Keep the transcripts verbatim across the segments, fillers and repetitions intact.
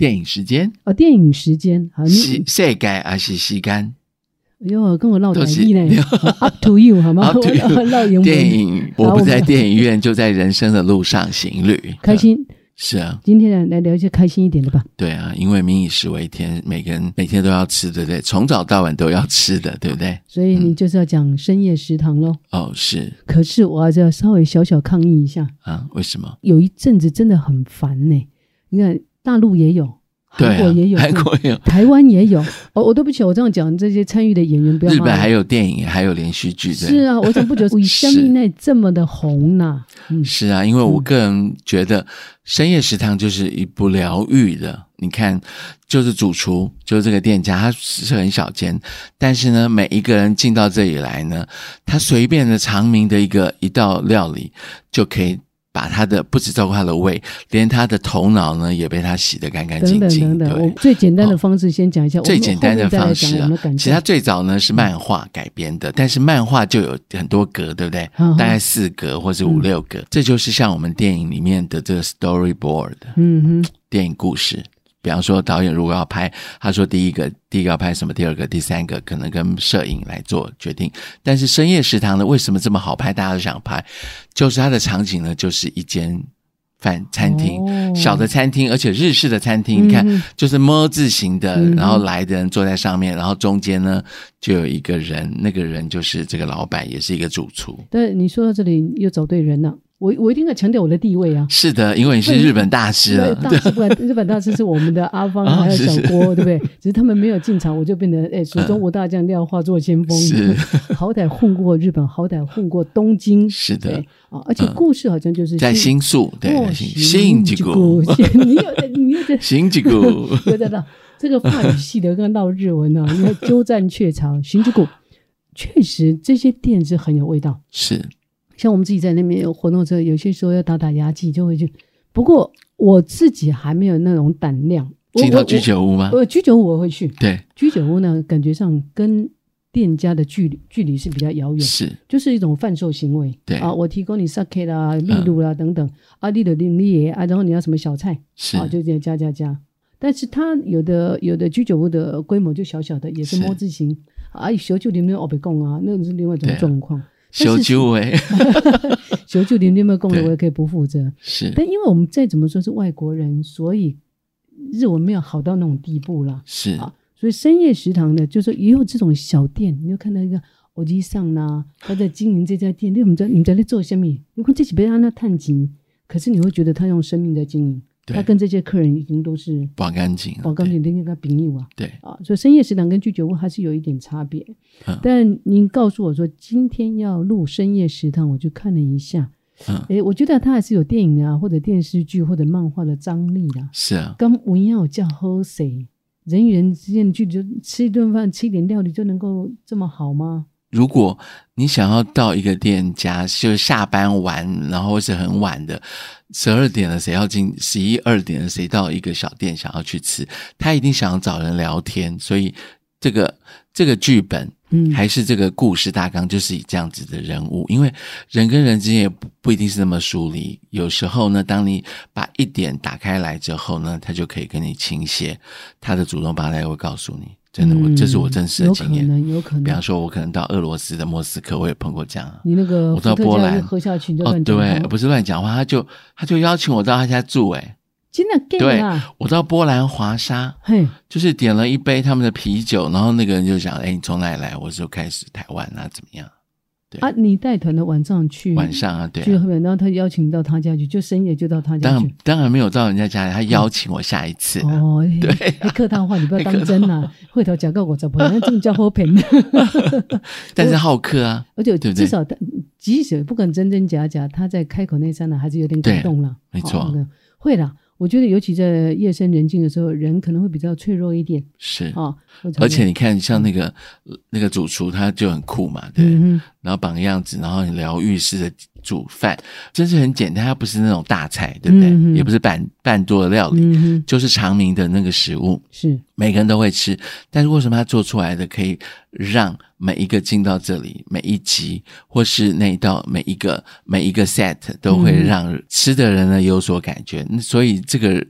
电影时间哦，电影时间好， 是世界还是时间？ 哟，跟我唠台语呢，up to you 好吗？ Up to you 电影我不在电影院，就在人生的路上行旅， 开心。 是啊， 今天来聊一些开心一点的吧。 对啊，因为民以食为天，每个人每天都要吃，对不对？从早到晚都要吃的，对不对？ 所以你就是要讲深夜食堂咯、 嗯、哦，是。 可是我还是要稍微小小抗议一下啊，为什么？ 有一阵子真的很烦呢、欸。你看大陆也有，韩国也有， 韩国也有， 台湾也有。哦，我对不起，我这样讲，这些参与的演员不要骂。 日本还有电影，还有连续剧。 是啊，我想不久为什么那这么的红呢、 嗯？是啊，因为我个人觉得深夜食堂就是一部疗愈的。你看，就是主厨，就是这个店家，他是很小间，但是呢，每一个人进到这里来呢，他随便的尝名的一个一道料理就可以。把他的不只照顾他的胃，连他的头脑呢也被他洗得干干净净。 等等等等，我最简单的方式先讲一下。 哦、最简单的方式啊，其实他最早呢是漫画改编的，但是漫画就有很多格，对不对？ 嗯、 大概四格或是五六格、嗯，这就是像我们电影里面的这个 storyboard， 嗯哼， 电影故事。比方说导演如果要拍，他说第一个第一个要拍什么，第二个第三个可能跟摄影来做决定。但是深夜食堂呢为什么这么好拍，大家都想拍，就是它的场景呢就是一间饭餐厅、哦、小的餐厅，而且日式的餐厅、嗯、你看就是么字形的、嗯、然后来的人坐在上面，然后中间呢就有一个人，那个人就是这个老板，也是一个主厨。 对，你说到这里又找对人了，我我一定要强调我的地位啊！ 是的，因为你是日本大师了。 大师不然，日本大师是我们的阿芳还有小郭、哦，对不对？只是他们没有进场，我就变成哎，蜀中无大将，廖化作先锋。 是， 好歹混过日本，好歹混过东京。 是的， 啊，而且故事好像就是、 嗯、在新宿，对， 哦、 新吉谷， 你有在，你有在新吉谷， 有在到这个法语系的跟闹日文啊，你看鸠占鹊巢，新吉谷，确实这些店是很有味道。 是。 像我们自己在那边有活动车，有些时候要打打牙祭就会去。不过我自己还没有那种胆量。 进到居酒屋吗？ 我居酒屋我会去。 对， 居酒屋呢，感觉上跟店家的距离距离是比较遥远， 是， 就是一种贩售行为。 对啊，我提供你 sake 啦、秘鲁啦、嗯、等等，啊，你的你也啊，然后你要什么小菜， 是啊，就这样加加加。但是它有的有的居酒屋的规模就小小的，也是摸字形啊，小酒里面我别讲啊，那是另外一种状况。 小酒诶， 小酒你有没有供的我也可以不负责。 是， 但因为我们再怎么说是外国人，所以日文没有好到那种地步啦。 是啊，所以深夜食堂呢，就是也有这种小店，你就看到一个欧吉桑啦，他在经营这家店，你们在你们在那做什么？你看这几杯让他探金，可是你会觉得他用生命在经营。他跟这些客人已经都是保干净， 保干净的那个朋友啊， 对啊，所以深夜食堂跟居酒屋还是有一点差别。嗯、但您告诉我说今天要录深夜食堂，我就看了一下，嗯，诶，我觉得它还是有电影啊，或者电视剧或者漫画的张力啦。 是啊， 跟文要叫喝谁，人与人之间的距离，就吃一顿饭，吃一点料理就能够这么好吗？ 如果你想要到一个店家，就是下班晚，然后是很晚的，十二点了谁要进，十一二点了谁到一个小店想要去吃，他一定想要找人聊天，所以这个这个剧本，嗯，还是这个故事大纲就是以这样子的人物，因为人跟人之间也不不一定是那么疏离，有时候呢，当你把一点打开来之后呢，他就可以跟你倾泻，他的主动把他会告诉你。真的，我这是我真实的经验。 有可能，有可能。 比方说，我可能到俄罗斯的莫斯科，我也碰过这样啊。 你那个我到波兰喝下去你就乱讲话。 哦，对，不是乱讲话，他就他就邀请我到他家住，哎， 真的假的啊？ 对，我到波兰华沙， 嘿， 就是点了一杯他们的啤酒，然后那个人就讲，哎，你从哪里来？我就开始台湾啊，怎么样？对啊，你带团的晚上去， 晚上啊，对啊， 去后面，然后他邀请你到他家去，就深夜就到他家去。 当然，当然没有到人家家里，他邀请我下一次。 哦， 对啊， 客套话你不要当真啊，会头讲到我怎么，那这么叫好骗。 但是好客啊， 而且至少他即使不管真真假假，他在开口那刹那还是有点感动了。 没错， 哦，会啦。我觉得尤其在夜深人静的时候，人可能会比较脆弱一点。 是啊， 哦， 而且你看像那个那个主厨他就很酷嘛，对，嗯，然后绑个样子，然后很疗愈式的煮饭，真是很简单，它不是那种大菜，对不对？嗯，也不是半半桌的料理，嗯，就是常民的那个食物， 是每个人都会吃，但是为什么他做出来的可以让每一个进到这里，每一集或是那一道每一个每一个 set 都会让吃的人呢有所感觉，嗯，所以这个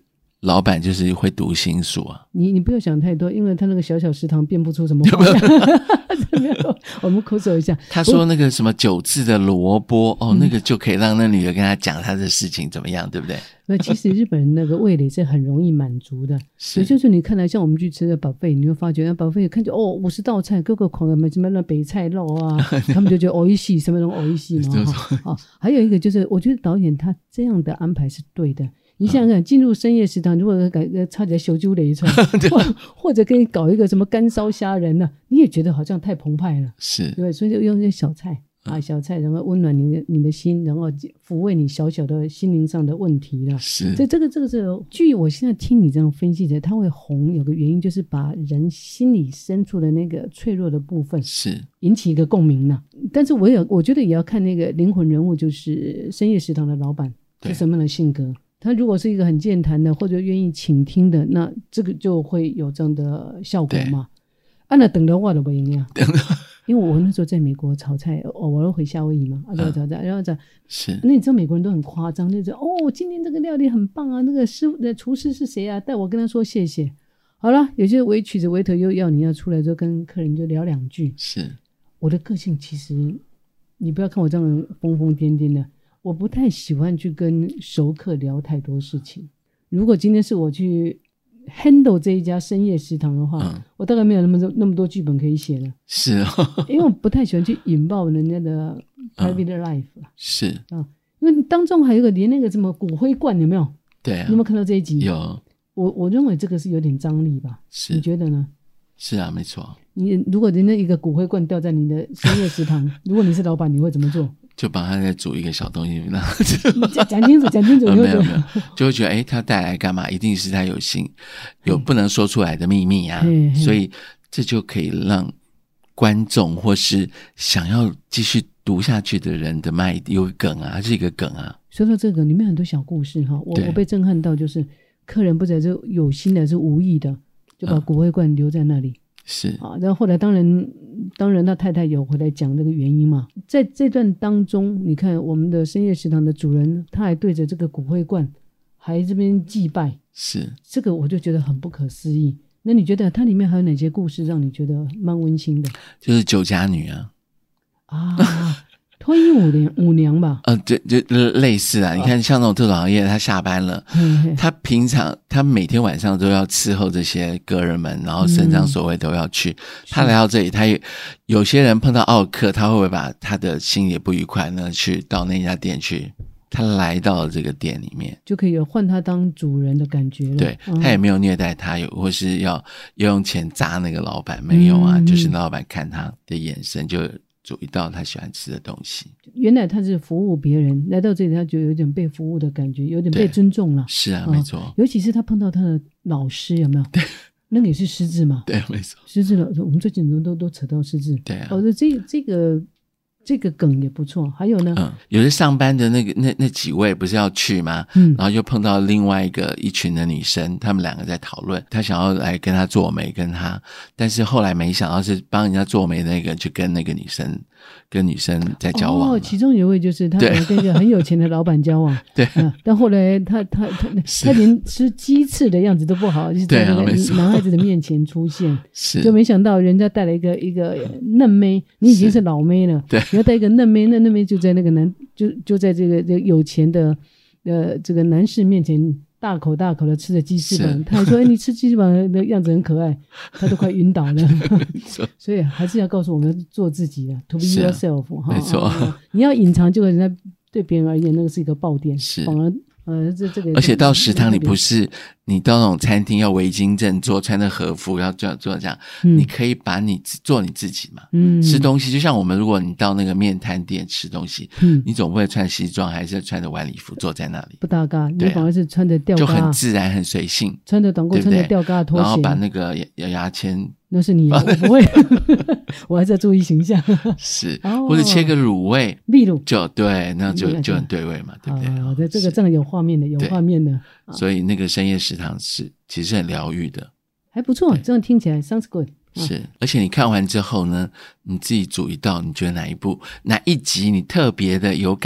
老板就是会读心术啊。 你你不要想太多，因为他那个小小食堂变不出什么花样。我们口手一下。 他说那个什么九字的萝卜哦、嗯，那个就可以让那女的跟他讲他的事情怎么样，对不对？ 那其实日本人那个味蕾是很容易满足的，所以就是你看来像我们去吃的 buffet， 你会发觉那 buffet 看着哦五十道菜，各个狂什么什么那北菜肉啊，他们就觉得哦一系什么那种哦一系嘛哈。哦，还有一个就是我觉得导演他这样的安排是对的。你想想看，进入深夜食堂，如果改个差点小猪雷串，或或者给你搞一个什么干烧虾仁呢、啊，你也觉得好像太澎湃了， 是对，所以就用些小菜啊，小菜，然后温暖你的你的心，然后抚慰你小小的心灵上的问题了。 是， 所以这个这个是，据我现在听你这样分析的，它会红，有个原因就是把人心里深处的那个脆弱的部分是引起一个共鸣了。但是我也我觉得也要看那个灵魂人物，就是深夜食堂的老板是什么样的性格。他如果是一个很健谈的，或者愿意倾听的，那这个就会有这样的效果嘛。啊，那等的话都不一样。因为我那时候在美国炒菜，偶尔回夏威夷嘛，啊，对对对，然后在是， 那你知道美国人都很夸张，就是哦，今天这个料理很棒啊，那个师傅的厨师是谁啊？带我跟他说谢谢。好了，有些围曲子围头又要你要出来，就跟客人就聊两句。 是， 我的个性其实，你不要看我这样疯疯癫癫的。我不太喜欢去跟熟客聊太多事情。如果今天是我去 handle 这一家深夜食堂的话、嗯、我大概没有那么多那么多剧本可以写了。 是哦， 因为我不太喜欢去引爆人家的 private life、嗯、 是啊，因为当中还有一个连那个什么骨灰罐有没有？ 对啊， 你有没有看到这一集？ 有。 我我认为这个是有点张力吧？ 是， 你觉得呢？ 是啊，没错。 你如果人家一个骨灰罐掉在你的深夜食堂，如果你是老板，你会怎么做？ 就帮他再煮一个小东西， 讲清楚，讲清楚。 没有没有，就会觉得哎，他带来干嘛？一定是他有心，有不能说出来的秘密啊，所以这就可以让观众或是想要继续读下去的人的脉有梗啊，是一个梗啊。 说到这个，里面很多小故事哈，我我被震撼到，就是客人不只是有心的，是无意的，就把骨灰罐留在那里。嗯是啊，然后后来当然当然他太太有回来讲这个原因嘛。在这段当中，你看我们的深夜食堂的主人，他还对着这个骨灰罐还这边祭拜， 是这个我就觉得很不可思议。那你觉得它里面还有哪些故事让你觉得蛮温馨的？ 就是酒家女啊啊脱衣舞娘舞娘吧， 呃，就就类似啊。你看，像那种特种行业，他下班了，他平常他每天晚上都要伺候这些歌人们，然后伸张所谓都要去。嗯、他来到这里，他也有些人碰到奥客，他会不会把他的心里不愉快呢，去到那家店去？他来到了这个店里面， 就可以有换他当主人的感觉了。 对、嗯、他也没有虐待他，有或是要要用钱砸那个老板，没有啊，嗯、就是那老板看他的眼神就。煮一道他喜欢吃的东西， 原来他是服务别人，来到这里他就有点被服务的感觉，有点被尊重了。 是啊、 哦， 没错。 尤其是他碰到他的老师，有没有？ 对， 那个也是师字嘛。 对，没错。 师字了，我们最近都都都扯到师字。 对啊。 哦，这这个这个梗也不错。还有呢， 嗯，有的上班的那个那那几位不是要去吗？嗯，然后又碰到另外一个一群的女生，他们两个在讨论，他想要来跟他做媒，跟他，但是后来没想到是帮人家做媒的那个去跟那个女生。跟女生在交往哦，其中有一位就是他跟一个很有钱的老板交往， 对、 嗯，但后来他他他他连吃鸡翅的样子都不好，就是在那个男孩子的面前出现， 是就没想到人家带了一个一个嫩妹，你已经是老妹了， 对， 你要带一个嫩妹，那嫩妹就在那个男就就在这个这个有钱的呃这个男士面前。大口大口的吃着鸡翅膀，他还说：“哎，你吃鸡翅膀的样子很可爱。”他都快晕倒了。所以还是要告诉我们做自己的 ，to be yourself 哈。 没错， 你要隐藏，就人家对别人而言，那个是一个爆点。 是， 反而呃，这这个， 而且到食堂里不是你到那种餐厅要围巾正坐，穿着和服要这样做这样、嗯，你可以把你做你自己嘛。嗯，吃东西就像我们，如果你到那个面摊店吃东西，嗯，你总不会穿西装，还是穿着晚礼服坐在那里， 不搭嘎，你反而是穿着吊嘎， 就很自然，很随性， 穿着短裤，穿着吊嘎拖鞋， 然后把那个牙牙签。 那是你、啊，我不会，我还在注意形象。 是，哦、或者切个卤味， 秘鲁就对，那就就很对味嘛，对不对？ 啊，这这个真的有画面的，有画面的。 啊、所以那个深夜食堂是其实很疗愈的， 还不错，这样听起来 sounds good。 是，而且你看完之后呢，你自己煮一道，你觉得哪一部哪一集你特别的有感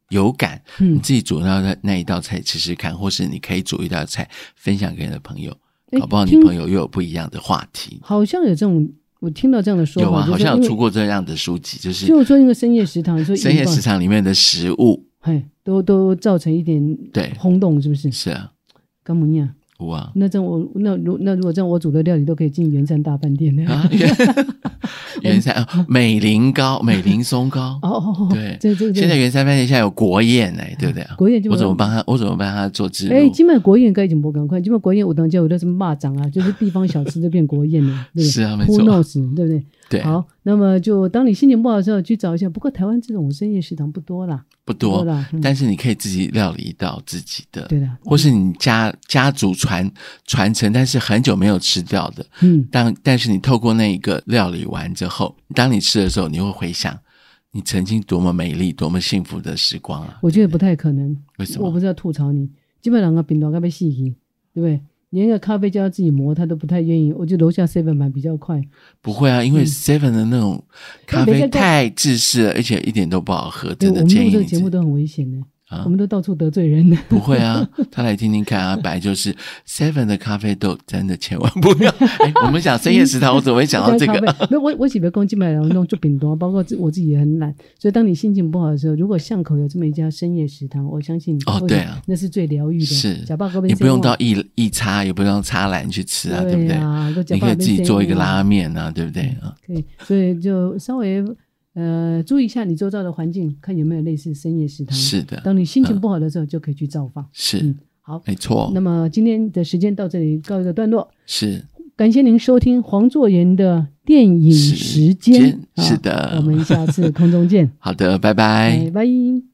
有感， 嗯你自己煮到的那一道菜吃吃看，或是你可以煮一道菜分享给你的朋友，搞不好你朋友又有不一样的话题。 好像有这种，我听到这样的说法， 有啊，好像有出过， 过这样的书籍，就是就说那个深夜食堂，说深夜食堂里面的食物， 嘿，都都造成一点对轰动，是不是？ 是啊， 干么样？ 哇， 那这样我那如那如果这样我煮的料理都可以进圆山大饭店呢？ 啊，圆山美林糕、美林松糕， 哦哦哦， 对， 这这现在圆山饭店现在有国宴哎，对不对？ 国宴就我怎么帮他？我怎么帮他做制哎， 度？ 今麦国宴该已经不赶快，今麦国宴我当家有的什么蚂蚱啊，就是地方小吃就变国宴了，对不对？ 是啊没错 Who knows， 对不对？ 对， 好，那么就当你心情不好的时候去找一下。不过台湾这种深夜食堂不多啦， 不多， 啦，嗯、 但是你可以自己料理一道自己的， 对的， 或是你家家族传传承，但是很久没有吃掉的， 嗯， 但但是你透过那一个料理完之后，当你吃的时候，你会回想你曾经多么美丽、多么幸福的时光啊！ 我觉得不太可能， 为什么？ 我不是要吐槽你，基本上个冰刀该被细去，对不对？连个咖啡叫他自己磨，他都不太愿意。我就楼下 seven 买比较快。 不会啊，因为 seven 的那种咖啡太自私了，而且一点都不好喝，真的建议你。 我们录这个节目都很危险的。 啊、 我们都到处得罪人的。 不会啊，他来听听看啊，本来就是 seven 的咖啡豆，真的千万不要。哎，我们讲深夜食堂，我怎么会讲到这个？ 没有，我我喜欢攻击买了那种做饼多，包括我自己也很懒，所以当你心情不好的时候，如果巷口有这么一家深夜食堂，我相信哦，对啊， 那是最疗愈的。 是， 假爸哥你不用到一一叉，也不用插篮去吃啊，对不对？你可以自己做一个拉面啊，对不对啊？ 可以，所以就稍微。呃，注意一下你周遭的环境，看有没有类似深夜食堂。 是的， 当你心情不好的时候，嗯、就可以去造访。 是， 嗯，好， 没错。 那么今天的时间到这里告一个段落。 是， 感谢您收听黄作言的电影时间。 是的， 我们下次空中见。 好的，拜拜， 拜拜。